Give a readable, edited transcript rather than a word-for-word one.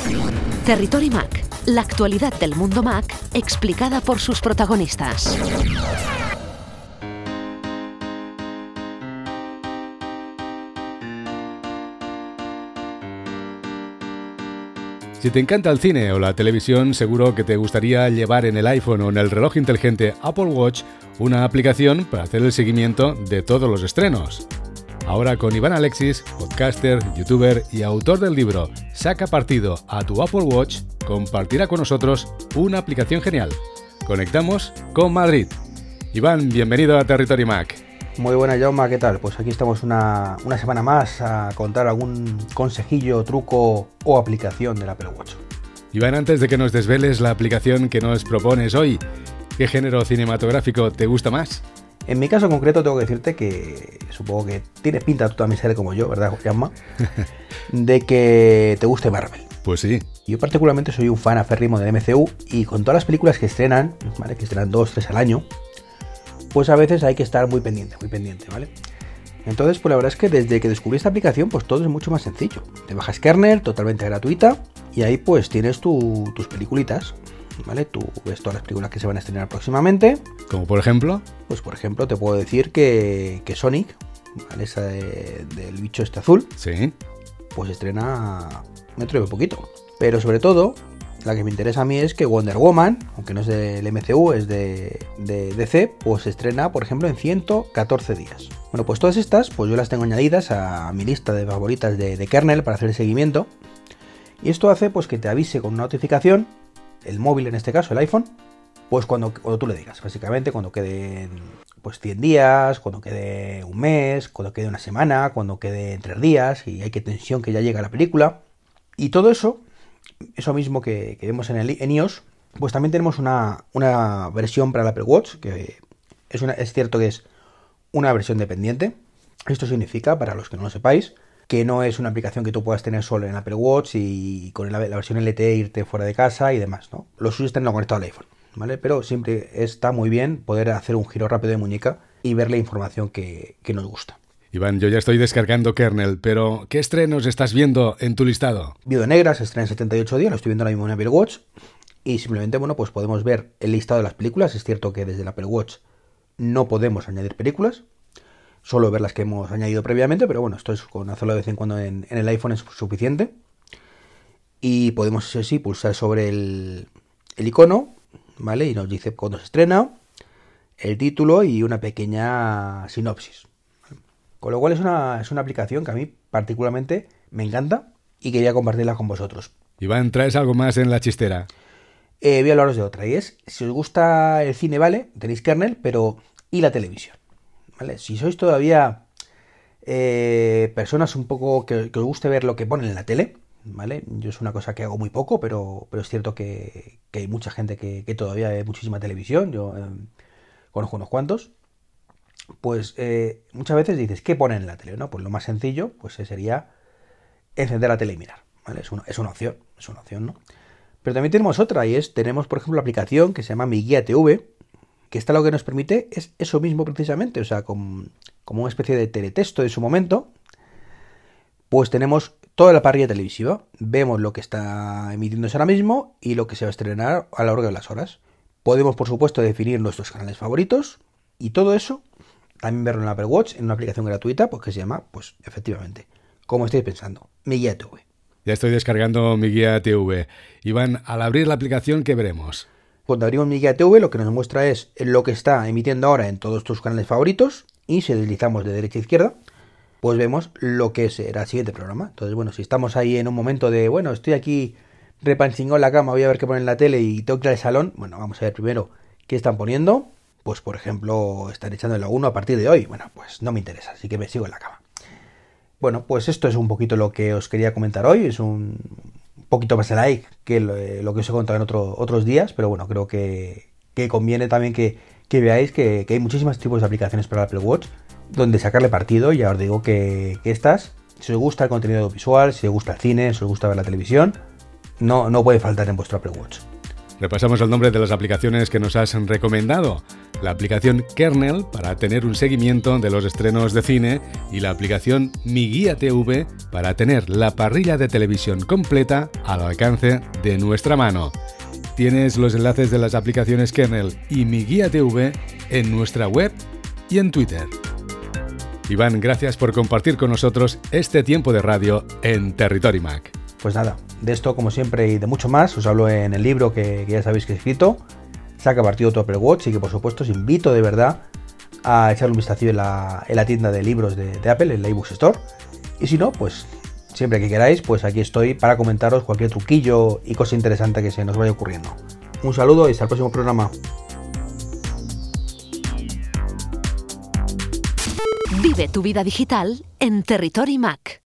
Territory Mac, la actualidad del mundo Mac explicada por sus protagonistas. Si te encanta el cine o la televisión, seguro que te gustaría llevar en el iPhone o en el reloj inteligente Apple Watch una aplicación para hacer el seguimiento de todos los estrenos. Ahora con Iván Alexis, podcaster, youtuber y autor del libro Saca partido a tu Apple Watch, compartirá con nosotros una aplicación genial. Conectamos con Madrid. Iván, bienvenido a Territory Mac. Muy buena, Jaume, ¿qué tal? Pues aquí estamos una semana más a contar algún consejillo, truco o aplicación del Apple Watch. Iván, antes de que nos desveles la aplicación que nos propones hoy, ¿qué género cinematográfico te gusta más? En mi caso concreto tengo que decirte que supongo que tienes pinta, tú también seré como yo, ¿verdad, Jaume? De que te guste Marvel. Pues sí. Yo particularmente soy un fan aférrimo del MCU y con todas las películas que estrenan, ¿vale? Que estrenan 2-3 al año, pues a veces hay que estar muy pendiente, ¿vale? Entonces, pues la verdad es que desde que descubrí esta aplicación, pues todo es mucho más sencillo. Te bajas kernel, totalmente gratuita, y ahí pues tienes tus peliculitas, ¿vale? Tú ves todas las películas que se van a estrenar próximamente. ¿Como por ejemplo? Pues por ejemplo te puedo decir que Sonic, ¿vale? Esa del bicho este azul, sí, pues estrena dentro de poquito. Pero sobre todo, la que me interesa a mí es que Wonder Woman, aunque no es del MCU, es de DC, pues se estrena, por ejemplo, en 114 días. Bueno, pues todas estas, pues yo las tengo añadidas a mi lista de favoritas de kernel para hacer el seguimiento. Y esto hace pues que te avise con una notificación, el móvil en este caso, el iPhone, pues cuando tú le digas, básicamente cuando queden pues 100 días, cuando quede un mes, cuando quede una semana, cuando quede 3 días y hay que tensión que ya llega la película. Y todo eso mismo que vemos en iOS, pues también tenemos una versión para el Apple Watch, que es cierto que es una versión dependiente. Esto significa, para los que no lo sepáis, que no es una aplicación que tú puedas tener solo en Apple Watch y con la versión LTE irte fuera de casa y demás, ¿no? Lo suyo es tenerlo conectado al iPhone, ¿vale? Pero siempre está muy bien poder hacer un giro rápido de muñeca y ver la información que nos gusta. Iván, yo ya estoy descargando kernel, pero ¿qué estrenos estás viendo en tu listado? Viuda Negra se estrena en 78 días, lo estoy viendo ahora mismo en Apple Watch, y simplemente, bueno, pues podemos ver el listado de las películas. Es cierto que desde el Apple Watch no podemos añadir películas, solo ver las que hemos añadido previamente, pero bueno, esto es con hacerlo de vez en cuando en el iPhone es suficiente. Y podemos, sí, pulsar sobre el icono, ¿vale? Y nos dice cuándo se estrena, el título y una pequeña sinopsis. Con lo cual es una aplicación que a mí particularmente me encanta y quería compartirla con vosotros. Iván, ¿traes algo más en la chistera? Voy a hablaros de otra, y es, si os gusta el cine, ¿vale? Tenéis kernel, pero ¿y la televisión? ¿Vale? Si sois todavía personas un poco que os guste ver lo que ponen en la tele, ¿vale? Yo es una cosa que hago muy poco, pero es cierto que hay mucha gente que todavía ve muchísima televisión. Yo conozco unos cuantos. Pues muchas veces dices, ¿qué ponen en la tele? ¿No? Pues lo más sencillo pues sería encender la tele y mirar, ¿vale? Es una opción, ¿no? Pero también tenemos otra, y tenemos por ejemplo la aplicación que se llama Mi Guía TV, que esta lo que nos permite es eso mismo precisamente, o sea, como una especie de teletexto de su momento, pues tenemos toda la parrilla televisiva, vemos lo que está emitiéndose ahora mismo y lo que se va a estrenar a lo largo de las horas. Podemos por supuesto definir nuestros canales favoritos y todo eso también verlo en el Apple Watch, en una aplicación gratuita, pues que se llama, pues efectivamente, como estáis pensando, Mi Guía TV. Ya estoy descargando Mi Guía TV. Iván, al abrir la aplicación, ¿qué veremos? Cuando abrimos Mi Guía TV, lo que nos muestra es lo que está emitiendo ahora en todos tus canales favoritos, y si deslizamos de derecha a izquierda, pues vemos lo que será el siguiente programa. Entonces, bueno, si estamos ahí en un momento de, bueno, estoy aquí repanchingado en la cama, voy a ver qué ponen en la tele y tengo que ir al salón, bueno, vamos a ver primero qué están poniendo. Pues por ejemplo, están echando la 1 a partir de hoy. Bueno, pues no me interesa, así que me sigo en la cama. Bueno, pues esto es un poquito lo que os quería comentar hoy. Es un poquito más like que lo que os he contado en otros días, pero bueno, creo que conviene también que veáis que hay muchísimos tipos de aplicaciones para el Apple Watch donde sacarle partido. Ya os digo que estas, si os gusta el contenido visual, si os gusta el cine, si os gusta ver la televisión, no puede faltar en vuestro Apple Watch. Repasamos el nombre de las aplicaciones que nos has recomendado. La aplicación Kernel para tener un seguimiento de los estrenos de cine y la aplicación Mi Guía TV para tener la parrilla de televisión completa al alcance de nuestra mano. Tienes los enlaces de las aplicaciones Kernel y Mi Guía TV en nuestra web y en Twitter. Iván, gracias por compartir con nosotros este tiempo de radio en Territory Mac. Pues nada, de esto como siempre y de mucho más os hablo en el libro que ya sabéis que he escrito, Saca partido tu Apple Watch, y que por supuesto os invito de verdad a echarle un vistazo en la tienda de libros de Apple, en la iBooks Store. Y si no, pues siempre que queráis, pues aquí estoy para comentaros cualquier truquillo y cosa interesante que se nos vaya ocurriendo. Un saludo y hasta el próximo programa. Vive tu vida digital en Territory Mac.